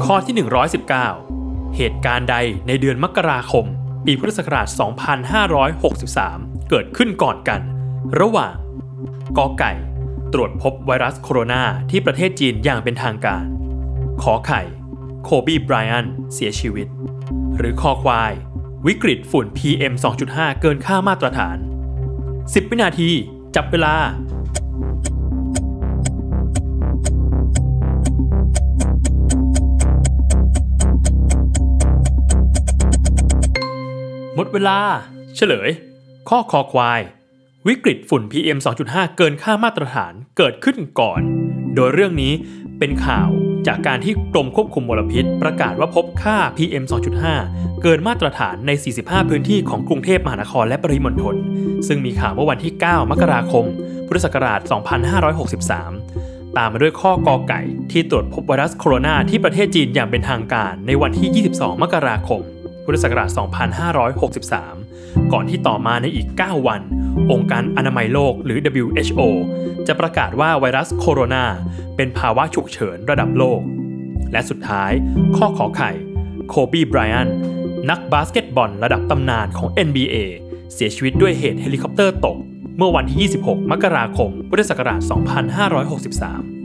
ข้อที่119เหตุการณ์ใดในเดือนมกราคมปีพุทธศักราช2563เกิดขึ้นก่อนกันระหว่างกอไก่ตรวจพบไวรัสโคโรนาที่ประเทศจีนอย่างเป็นทางการขอไข่โคบีไบรอันเสียชีวิตหรือคอควายวิกฤตฝุ่น PM 2.5 เกินค่ามาตรฐาน10วินาทีจับเวลาหมดเวลาเฉลยข้อคอควายวิกฤตฝุ่น PM 2.5 เกินค่ามาตรฐานเกิดขึ้นก่อนโดยเรื่องนี้เป็นข่าวจากการที่กรมควบคุมมลพิษประกาศว่าพบค่า PM 2.5 เกินมาตรฐานใน 45 พื้นที่ของกรุงเทพมหานครและปริมณฑลซึ่งมีข่าวเมื่อวันที่ 9 มกราคม พุทธศักราช 2563 ตามมาด้วยข้อกอไก่ที่ตรวจพบไวรัสโคโรนาที่ประเทศจีนอย่างเป็นทางการในวันที่ 22 มกราคม พุทธศักราช 2563 ก่อนที่ต่อมาในอีก 9 วันองค์การอนามัยโลกหรือ WHO จะประกาศว่าไวรัสโคโรนาเป็นภาวะฉุกเฉินระดับโลกและสุดท้ายข้อขอไข่โคบีไบรอันนักบาสเกตบอลระดับตำนานของ NBA เสียชีวิตด้วยเหตุเฮลิคอปเตอร์ตกเมื่อวันที่ 26 มกราคม พุทธศักราช 2563